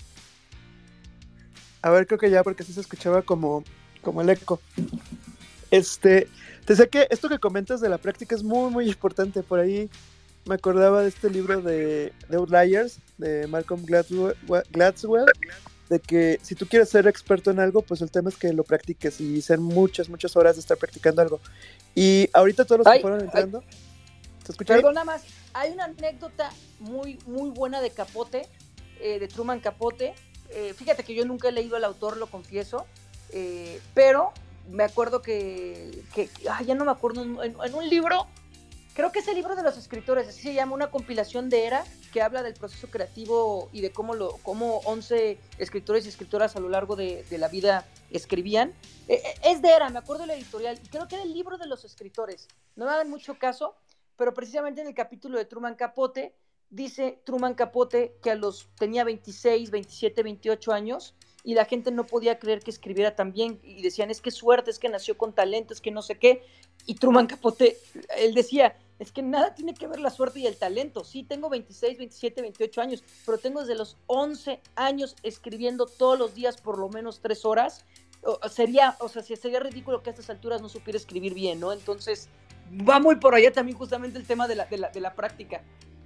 A ver, creo que ya, porque sí se escuchaba como el eco. Te sé que esto que comentas de la práctica es muy, muy importante. Por ahí me acordaba de este libro de Outliers, de Malcolm Gladwell, de que si tú quieres ser experto en algo, pues el tema es que lo practiques y ser muchas, muchas horas de estar practicando algo. Y ahorita todos los que fueron entrando, ¿se escucha? Perdón, nada más, hay una anécdota muy, muy buena de Capote, de Truman Capote. Fíjate que yo nunca he leído al autor, lo confieso, pero me acuerdo ya no me acuerdo, en un libro, creo que es el libro de los escritores, así se llama, una compilación de Era, que habla del proceso creativo y de cómo 11 escritores y escritoras a lo largo de la vida escribían. Es de Era, me acuerdo de la editorial, y creo que era el libro de los escritores. No me hagan mucho caso, pero precisamente en el capítulo de Truman Capote, dice Truman Capote que tenía 26, 27, 28 años, y la gente no podía creer que escribiera tan bien, y decían, es que suerte, es que nació con talento, es que no sé qué, y Truman Capote, él decía, es que nada tiene que ver la suerte y el talento. Sí, tengo 26, 27, 28 años, pero tengo desde los 11 años escribiendo todos los días por lo menos 3 horas. Sería ridículo que a estas alturas no supiera escribir bien, ¿no? Entonces, va muy por allá también justamente el tema de la práctica.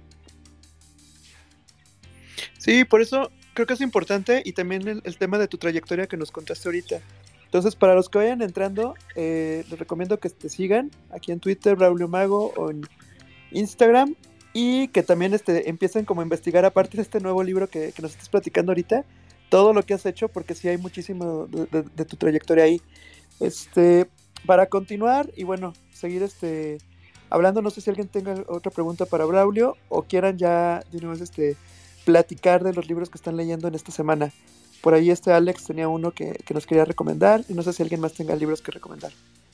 Sí, por eso creo que es importante, y también el tema de tu trayectoria que nos contaste ahorita. Entonces, para los que vayan entrando, les recomiendo que te sigan aquí en Twitter, Braulio Mago, o en Instagram, y que también empiecen como a investigar, aparte de este nuevo libro que nos estás platicando ahorita, todo lo que has hecho, porque sí hay muchísimo de tu trayectoria ahí. Para continuar, y bueno, seguir hablando, no sé si alguien tenga otra pregunta para Braulio, o quieran ya de una vez platicar de los libros que están leyendo en esta semana. Por ahí Alex tenía uno que nos quería recomendar, y no sé si alguien más tenga libros que recomendar.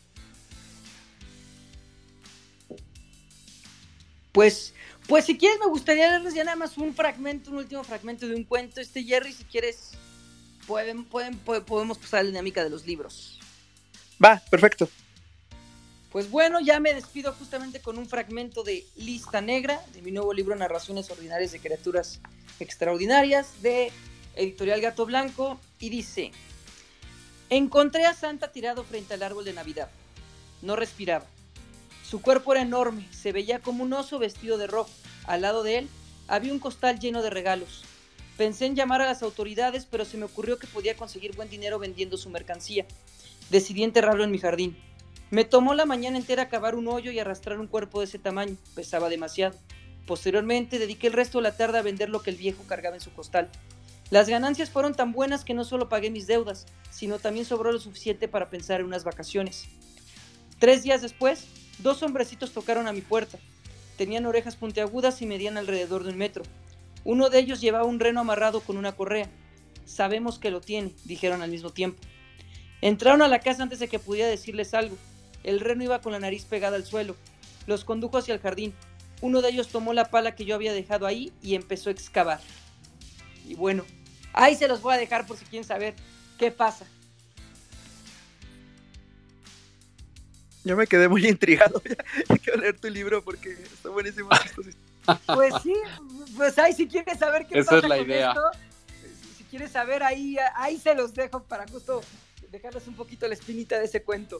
Pues si quieres me gustaría leerles ya nada más un último fragmento de un cuento. Jerry, si quieres podemos pasar a la dinámica de los libros. Va, perfecto. Pues bueno, ya me despido justamente con un fragmento de Lista Negra, de mi nuevo libro Narraciones Ordinarias de Criaturas Extraordinarias, de Editorial Gato Blanco, y dice: encontré a Santa tirado frente al árbol de Navidad. No respiraba. Su cuerpo era enorme, se veía como un oso vestido de rojo. Al lado de él había un costal lleno de regalos. Pensé en llamar a las autoridades, pero se me ocurrió que podía conseguir buen dinero vendiendo su mercancía. Decidí enterrarlo en mi jardín. Me tomó la mañana entera cavar un hoyo y arrastrar un cuerpo de ese tamaño. Pesaba demasiado. Posteriormente dediqué el resto de la tarde a vender lo que el viejo cargaba en su costal. Las ganancias fueron tan buenas que no solo pagué mis deudas, sino también sobró lo suficiente para pensar en unas vacaciones. 3 días después, 2 hombrecitos tocaron a mi puerta. Tenían orejas puntiagudas y medían alrededor de 1 metro. Uno de ellos llevaba un reno amarrado con una correa. Sabemos que lo tiene, dijeron al mismo tiempo. Entraron a la casa antes de que pudiera decirles algo. El reno iba con la nariz pegada al suelo. Los condujo hacia el jardín. Uno de ellos tomó la pala que yo había dejado ahí y empezó a excavar. Y bueno, ahí se los voy a dejar por si quieren saber qué pasa. Yo me quedé muy intrigado. Ya quiero leer tu libro porque está buenísimo. Pues sí, pues ahí si quieres saber qué Esa pasa es la con idea. esto, si quieres saber, ahí se los dejo para justo dejarles un poquito la espinita de ese cuento.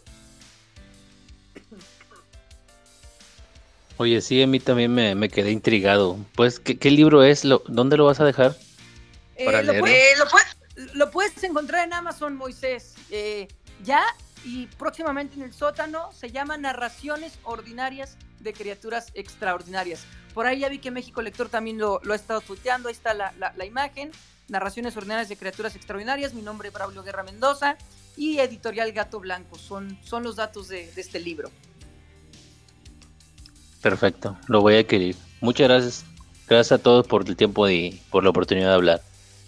Oye, sí, a mí también me quedé intrigado. Pues, ¿qué libro es? ¿Dónde lo vas a dejar? Para leerlo. Lo puedes encontrar en Amazon, Moisés. Ya, y próximamente en el sótano. Se llama Narraciones Ordinarias de Criaturas Extraordinarias. Por ahí ya vi que México Lector también lo ha estado tuiteando. Ahí está la imagen. Narraciones Ordinarias de Criaturas Extraordinarias. Mi nombre es Braulio Guerra Mendoza. Y Editorial Gato Blanco. Son los datos de este libro. Perfecto, lo voy a adquirir. Muchas gracias. Gracias a todos por el tiempo y por la oportunidad de hablar.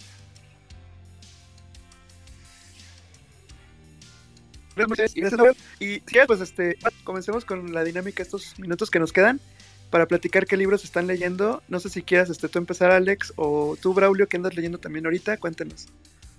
Y pues comencemos con la dinámica estos minutos que nos quedan para platicar qué libros están leyendo. No sé si quieras tú empezar, Alex, o tú, Braulio, que andas leyendo también ahorita, cuéntenos.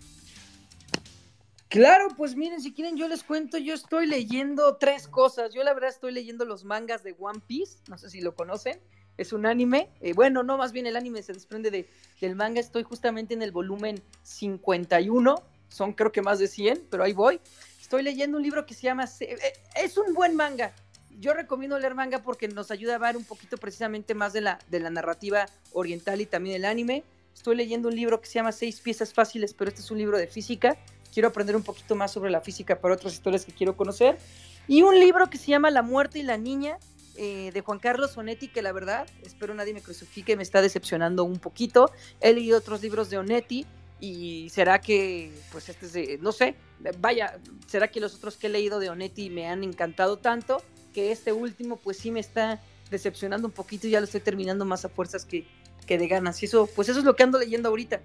Claro, pues miren, si quieren yo les cuento. Yo estoy leyendo 3 cosas. Yo la verdad estoy leyendo los mangas de One Piece, no sé si lo conocen, es un anime, bueno, no, más bien el anime se desprende del manga. Estoy justamente en el volumen 51, son creo que más de 100, pero ahí voy. Estoy leyendo un libro que se llama... Es un buen manga. Yo recomiendo leer manga porque nos ayuda a ver un poquito precisamente más de la narrativa oriental y también el anime. Estoy leyendo un libro que se llama 6 piezas fáciles, pero este es un libro de física. Quiero aprender un poquito más sobre la física para otras historias que quiero conocer. Y un libro que se llama La muerte y la niña, de Juan Carlos Onetti, que la verdad, espero nadie me crucifique, me está decepcionando un poquito. He leído otros libros de Onetti y será que, pues este es de, no sé, vaya, será que los otros que he leído de Onetti me han encantado tanto que este último pues sí me está decepcionando un poquito y ya lo estoy terminando más a fuerzas que de ganas. Y eso, pues eso es lo que ando leyendo ahorita.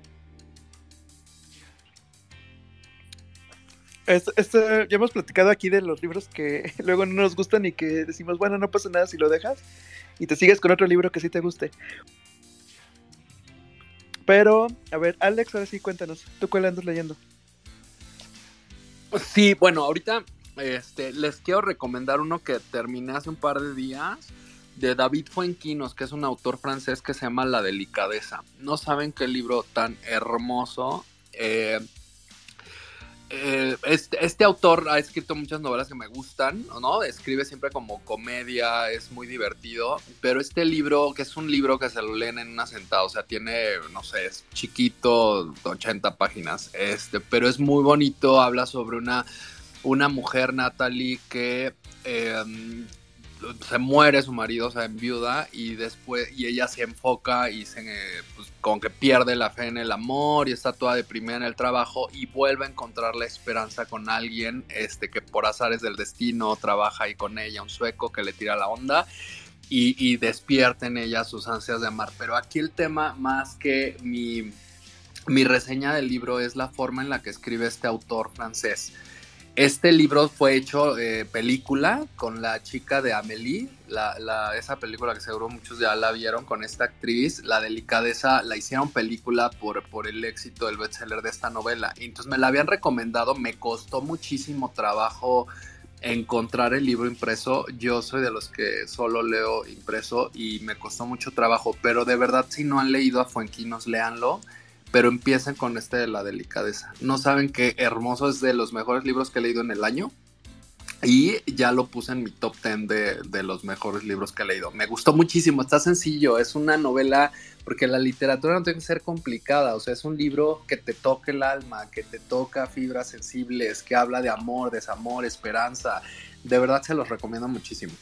Ya hemos platicado aquí de los libros que luego no nos gustan y que decimos, bueno, no pasa nada si lo dejas y te sigues con otro libro que sí te guste. Pero, a ver, Alex, ahora sí cuéntanos, ¿tú cuál andas leyendo? Sí, bueno, ahorita les quiero recomendar uno que terminé hace un par de días, de David Fuenquinos, que es un autor francés que se llama La delicadeza. No saben qué libro tan hermoso. Este autor ha escrito muchas novelas que me gustan, ¿no? Escribe siempre como comedia, es muy divertido, pero este libro, que es un libro que se lo leen en una sentada, o sea, tiene, no sé, es chiquito, 80 páginas, pero es muy bonito, habla sobre una mujer, Natalie, que se muere su marido, o sea, enviuda, y después, y ella se enfoca y pues, como que pierde la fe en el amor y está toda deprimida en el trabajo y vuelve a encontrar la esperanza con alguien, que por azares del destino trabaja ahí con ella, un sueco que le tira la onda y despierta en ella sus ansias de amar. Pero aquí el tema, más que mi reseña del libro, es la forma en la que escribe este autor francés. Este libro fue hecho película con la chica de Amélie, esa película que seguro muchos ya la vieron con esta actriz. La delicadeza la hicieron película por el éxito del bestseller de esta novela. Y entonces me la habían recomendado, me costó muchísimo trabajo encontrar el libro impreso. Yo soy de los que solo leo impreso y me costó mucho trabajo, pero de verdad si no han leído a Fuenquinos, léanlo. Pero empiecen con de La delicadeza. No saben qué hermoso, es de los mejores libros que he leído en el año. Y ya lo puse en mi top 10 de los mejores libros que he leído. Me gustó muchísimo, está sencillo. Es una novela, porque la literatura no tiene que ser complicada. O sea, es un libro que te toca el alma, que te toca fibras sensibles, que habla de amor, desamor, esperanza. De verdad se los recomiendo muchísimo.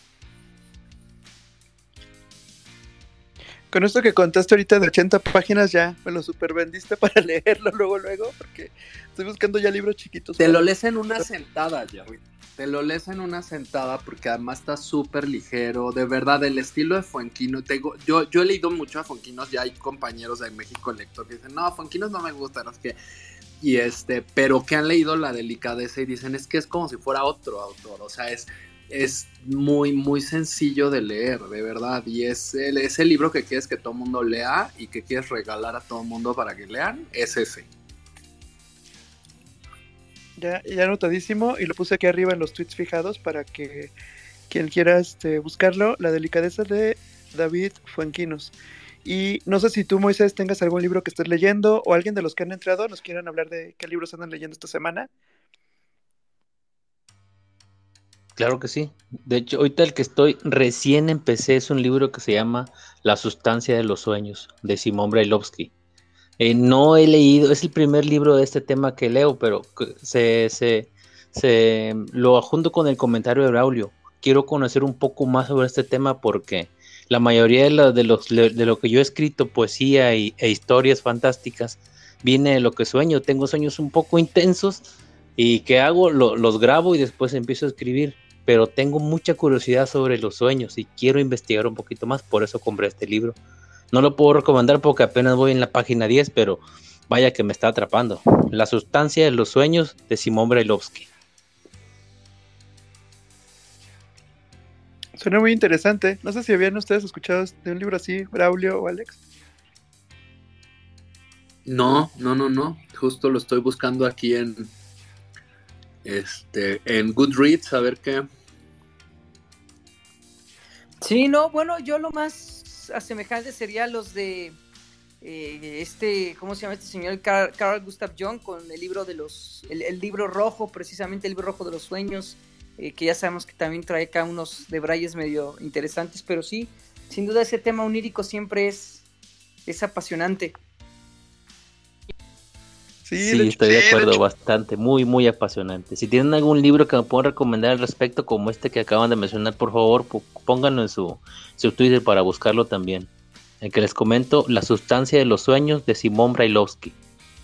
Con esto que contaste ahorita de 80 páginas ya me lo super vendiste para leerlo luego, porque estoy buscando ya libros chiquitos. Te lo lees en una sentada, Jerry. Te lo lees en una sentada porque además está súper ligero. De verdad, el estilo de Fuenquinos. Yo he leído mucho a Fuenquinos, ya hay compañeros de México Lector que dicen, no, Fuenquinos no me gusta, no es que... Y pero que han leído La delicadeza y dicen, es que es como si fuera otro autor, o sea, es muy, muy sencillo de leer, de verdad, y es el libro que quieres que todo el mundo lea y que quieres regalar a todo el mundo para que lean, es ese. Ya anotadísimo, y lo puse aquí arriba en los tweets fijados para que quien quiera buscarlo, La delicadeza de David Fuenquinos. Y no sé si tú, Moisés, tengas algún libro que estés leyendo o alguien de los que han entrado nos quieran hablar de qué libros andan leyendo esta semana. Claro que sí. De hecho, ahorita el que recién empecé es un libro que se llama La sustancia de los sueños, de Simón Brailovsky. No he leído, es el primer libro de este tema que leo, pero se lo adjunto con el comentario de Braulio. Quiero conocer un poco más sobre este tema porque la mayoría de lo que yo he escrito, poesía e historias fantásticas, viene de lo que sueño. Tengo sueños un poco intensos y ¿qué hago? Los grabo y después empiezo a escribir, pero tengo mucha curiosidad sobre los sueños y quiero investigar un poquito más, por eso compré este libro. No lo puedo recomendar porque apenas voy en la página 10, pero vaya que me está atrapando. La sustancia de los sueños, de Simón Brailovsky. Suena muy interesante. No sé si habían ustedes escuchado de un libro así, Braulio o Alex. No. Justo lo estoy buscando aquí en Goodreads, a ver qué. Sí, no, bueno, yo lo más asemejante sería los de ¿cómo se llama este señor? Carl Gustav Jung, con el libro el libro rojo, precisamente el libro rojo de los sueños, que ya sabemos que también trae acá unos debrayes medio interesantes, pero sí, sin duda ese tema onírico siempre es apasionante. Sí, estoy de acuerdo, bastante, muy, muy apasionante. Si tienen algún libro que me puedan recomendar al respecto, como este que acaban de mencionar, por favor, pónganlo en su Twitter para buscarlo también. El que les comento, La sustancia de los sueños, de Simón Brailovsky.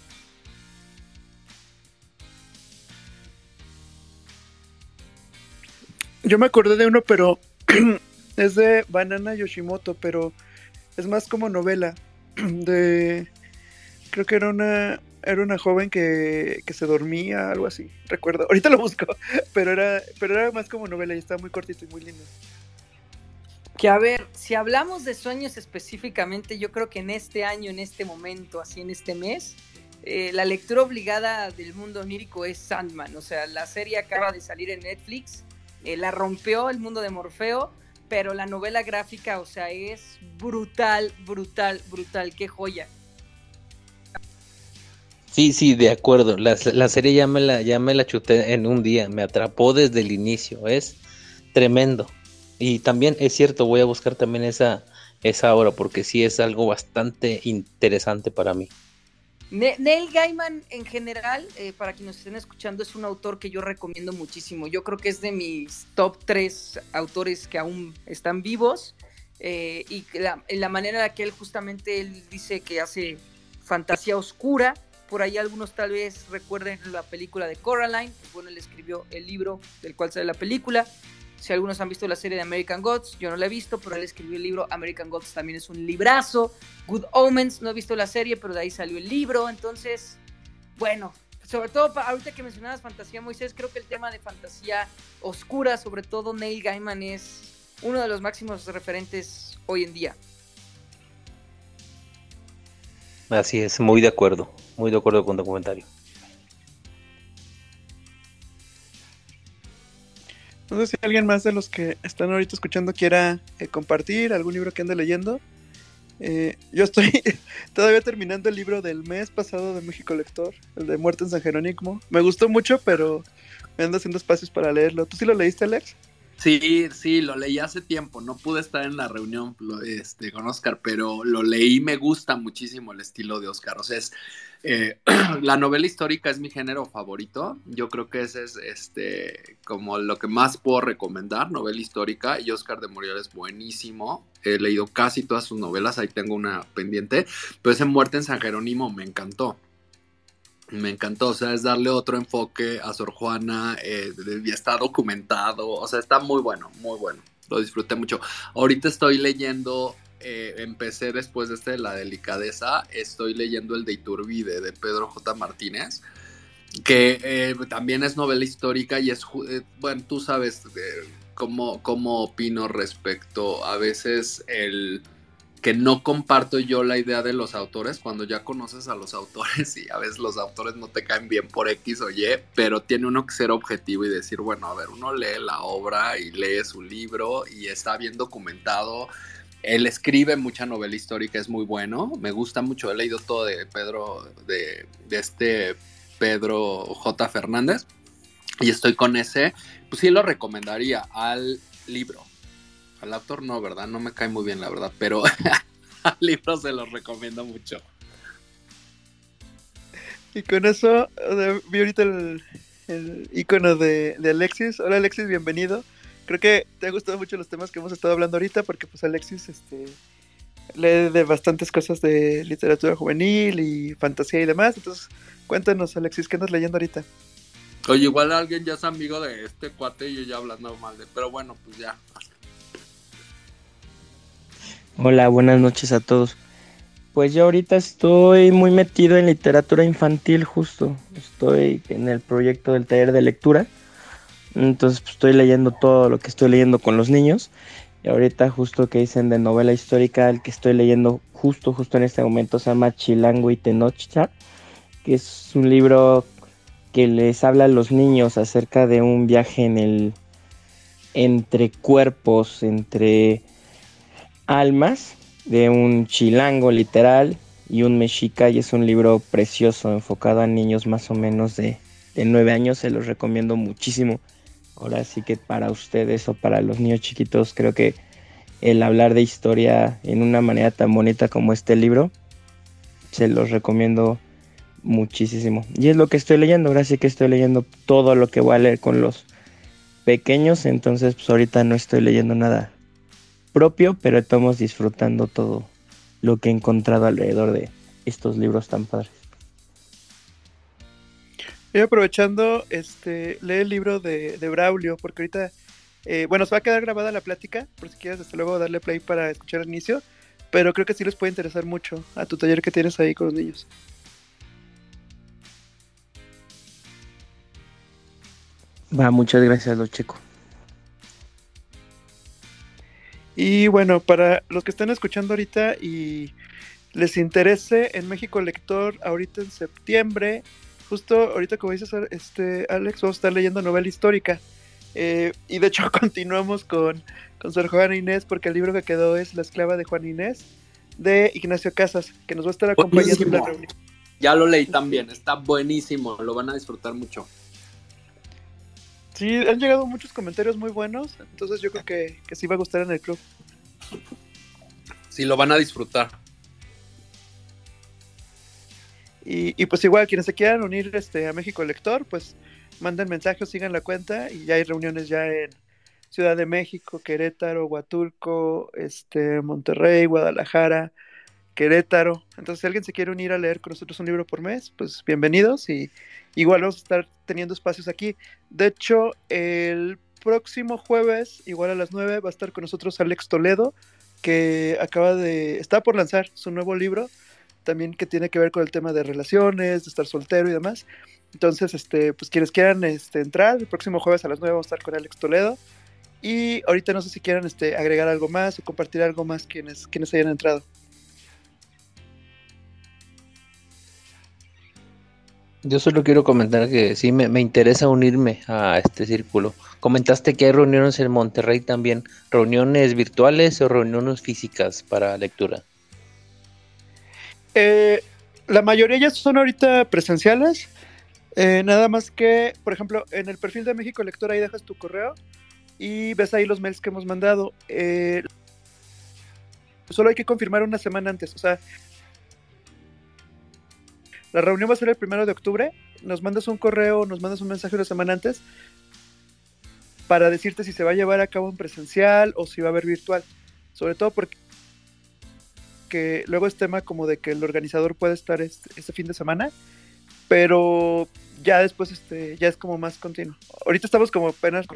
Yo me acordé de uno, pero es de Banana Yoshimoto, pero es más como novela. Creo que era una joven que se dormía, algo así, recuerdo. Ahorita lo busco, pero era más como novela y estaba muy cortito y muy lindo. Que a ver, si hablamos de sueños específicamente, yo creo que en este año, en este momento, así en este mes, la lectura obligada del mundo onírico es Sandman. O sea, la serie acaba de salir en Netflix, la rompió el mundo de Morfeo, pero la novela gráfica, o sea, es brutal, brutal, brutal, qué joya. Sí, de acuerdo. La serie ya me la chuté en un día, me atrapó desde el inicio, es tremendo. Y también es cierto, voy a buscar también esa obra, porque sí es algo bastante interesante para mí. Neil Gaiman en general, para quienes nos estén escuchando, es un autor que yo recomiendo muchísimo. Yo creo que es de mis top 3 autores que aún están vivos, y la manera en la que él dice que hace fantasía oscura. Por ahí algunos tal vez recuerden la película de Coraline, que bueno, él escribió el libro del cual sale la película. Si algunos han visto la serie de American Gods, yo no la he visto, pero él escribió el libro. American Gods también es un librazo. Good Omens, no he visto la serie, pero de ahí salió el libro. Entonces, bueno, sobre todo ahorita que mencionabas fantasía, Moisés, creo que el tema de fantasía oscura, sobre todo Neil Gaiman, es uno de los máximos referentes hoy en día. Así es, muy de acuerdo con tu comentario. No sé si alguien más de los que están ahorita escuchando quiera compartir algún libro que ande leyendo. Yo estoy todavía terminando el libro del mes pasado de México Lector, el de Muerte en San Jerónimo. Me gustó mucho, pero me ando haciendo espacios para leerlo. ¿Tú sí lo leíste, Alex? Sí, lo leí hace tiempo. No pude estar en la reunión con Oscar, pero lo leí. Me gusta muchísimo el estilo de Oscar. O sea, la novela histórica es mi género favorito. Yo creo que ese es como lo que más puedo recomendar, novela histórica. Y Oscar de Morial es buenísimo. He leído casi todas sus novelas. Ahí tengo una pendiente. Pero ese Muerte en San Jerónimo me encantó. O sea, es darle otro enfoque a Sor Juana, y está documentado, o sea, está muy bueno, lo disfruté mucho. Ahorita estoy leyendo, empecé después de La Delicadeza, estoy leyendo el de Iturbide, de Pedro J. Martínez, que también es novela histórica y es, bueno, tú sabes cómo opino respecto a veces que no comparto yo la idea de los autores, cuando ya conoces a los autores y a veces los autores no te caen bien por X o Y, pero tiene uno que ser objetivo y decir, bueno, a ver, uno lee la obra y lee su libro y está bien documentado. Él escribe mucha novela histórica, es muy bueno, me gusta mucho, he leído todo de Pedro, de Pedro J. Fernández, y estoy con ese, pues sí lo recomendaría al libro. Al autor no, ¿verdad? No me cae muy bien, la verdad, pero al libro se los recomiendo mucho. Y con eso, vi ahorita el icono de Alexis. Hola Alexis, bienvenido. Creo que te han gustado mucho los temas que hemos estado hablando ahorita, porque pues Alexis lee de bastantes cosas de literatura juvenil y fantasía y demás. Entonces, cuéntanos, Alexis, ¿qué andas leyendo ahorita? Oye, igual alguien ya es amigo de este cuate y yo ya hablando mal de... Pero bueno, pues ya... Hola, buenas noches a todos. Pues yo ahorita estoy muy metido en literatura infantil justo. Estoy en el proyecto del taller de lectura. Entonces pues, estoy leyendo todo lo que estoy leyendo con los niños. Y ahorita justo que dicen de novela histórica, el que estoy leyendo justo en este momento se llama Chilango y Tenochtitlan, que es un libro que les habla a los niños acerca de un viaje entre cuerpos, entre almas de un chilango literal y un mexica, y es un libro precioso, enfocado a niños más o menos de 9 años, se los recomiendo muchísimo. Ahora sí que para ustedes o para los niños chiquitos, creo que el hablar de historia en una manera tan bonita como este libro, se los recomiendo muchísimo. Y es lo que estoy leyendo, ahora sí que estoy leyendo todo lo que voy a leer con los pequeños, entonces pues ahorita no estoy leyendo nada propio, pero estamos disfrutando todo lo que he encontrado alrededor de estos libros tan padres. Y aprovechando, lee el libro de Braulio, porque ahorita, bueno, se va a quedar grabada la plática, por si quieres, desde luego, darle play para escuchar el inicio, pero creo que sí les puede interesar mucho a tu taller que tienes ahí con los niños. Va, muchas gracias, lo checo. Y bueno, para los que están escuchando ahorita y les interese, en México Lector, ahorita en septiembre, justo ahorita como dices, Alex, vamos a estar leyendo novela histórica. Y de hecho continuamos con Sor Juana Inés, porque el libro que quedó es La esclava de Juana Inés, de Ignacio Casas, que nos va a estar acompañando en la reunión. Ya lo leí también, está buenísimo, lo van a disfrutar mucho. Sí, han llegado muchos comentarios muy buenos, entonces yo creo que sí va a gustar en el club. Sí, lo van a disfrutar. Y pues igual, quienes se quieran unir a México Lector, pues manden mensajes, sigan la cuenta, y ya hay reuniones ya en Ciudad de México, Querétaro, Huatulco, Monterrey, Guadalajara, Querétaro. Entonces, si alguien se quiere unir a leer con nosotros un libro por mes, pues bienvenidos, y igual vamos a estar teniendo espacios aquí. De hecho, el próximo jueves, igual a las 9, va a estar con nosotros Alex Toledo, que está por lanzar su nuevo libro, también que tiene que ver con el tema de relaciones, de estar soltero y demás. Entonces, pues quienes quieran entrar, el próximo jueves a las 9 vamos a estar con Alex Toledo. Y ahorita no sé si quieran agregar algo más o compartir algo más quienes hayan entrado. Yo solo quiero comentar que sí me interesa unirme a este círculo. Comentaste que hay reuniones en Monterrey también, reuniones virtuales o reuniones físicas para lectura. La mayoría ya son ahorita presenciales, nada más que, por ejemplo, en el perfil de México Lector ahí dejas tu correo y ves ahí los mails que hemos mandado. Solo hay que confirmar una semana antes, o sea, la reunión va a ser el 1 de octubre, nos mandas un correo, nos mandas un mensaje una semana antes para decirte si se va a llevar a cabo en presencial o si va a haber virtual, sobre todo porque luego es tema como de que el organizador puede estar este fin de semana, pero ya después ya es como más continuo. Ahorita estamos como apenas.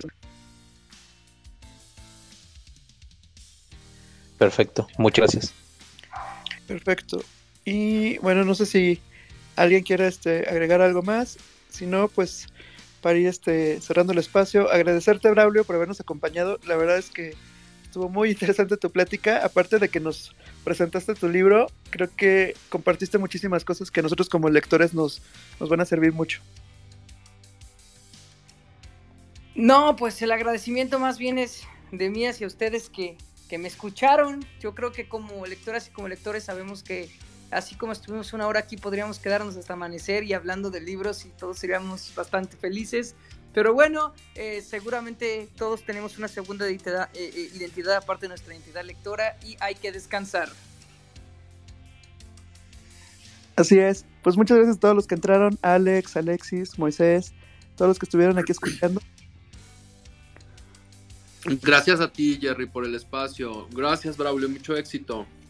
Perfecto, muchas gracias. Perfecto. Y bueno, no sé si alguien quiere agregar algo más. Si no, pues para ir cerrando el espacio, agradecerte, Braulio, por habernos acompañado. La verdad es que estuvo muy interesante tu plática. Aparte de que nos presentaste tu libro, creo que compartiste muchísimas cosas que a nosotros como lectores nos van a servir mucho. No, pues el agradecimiento más bien es de mí hacia ustedes que me escucharon. Yo creo que como lectoras y como lectores sabemos que así como estuvimos una hora aquí, podríamos quedarnos hasta amanecer y hablando de libros y todos seríamos bastante felices. Pero bueno, seguramente todos tenemos una segunda identidad aparte de nuestra identidad lectora y hay que descansar. Así es. Pues muchas gracias a todos los que entraron, Alex, Alexis, Moisés, todos los que estuvieron aquí escuchando. Gracias a ti, Jerry, por el espacio. Gracias, Braulio, mucho éxito.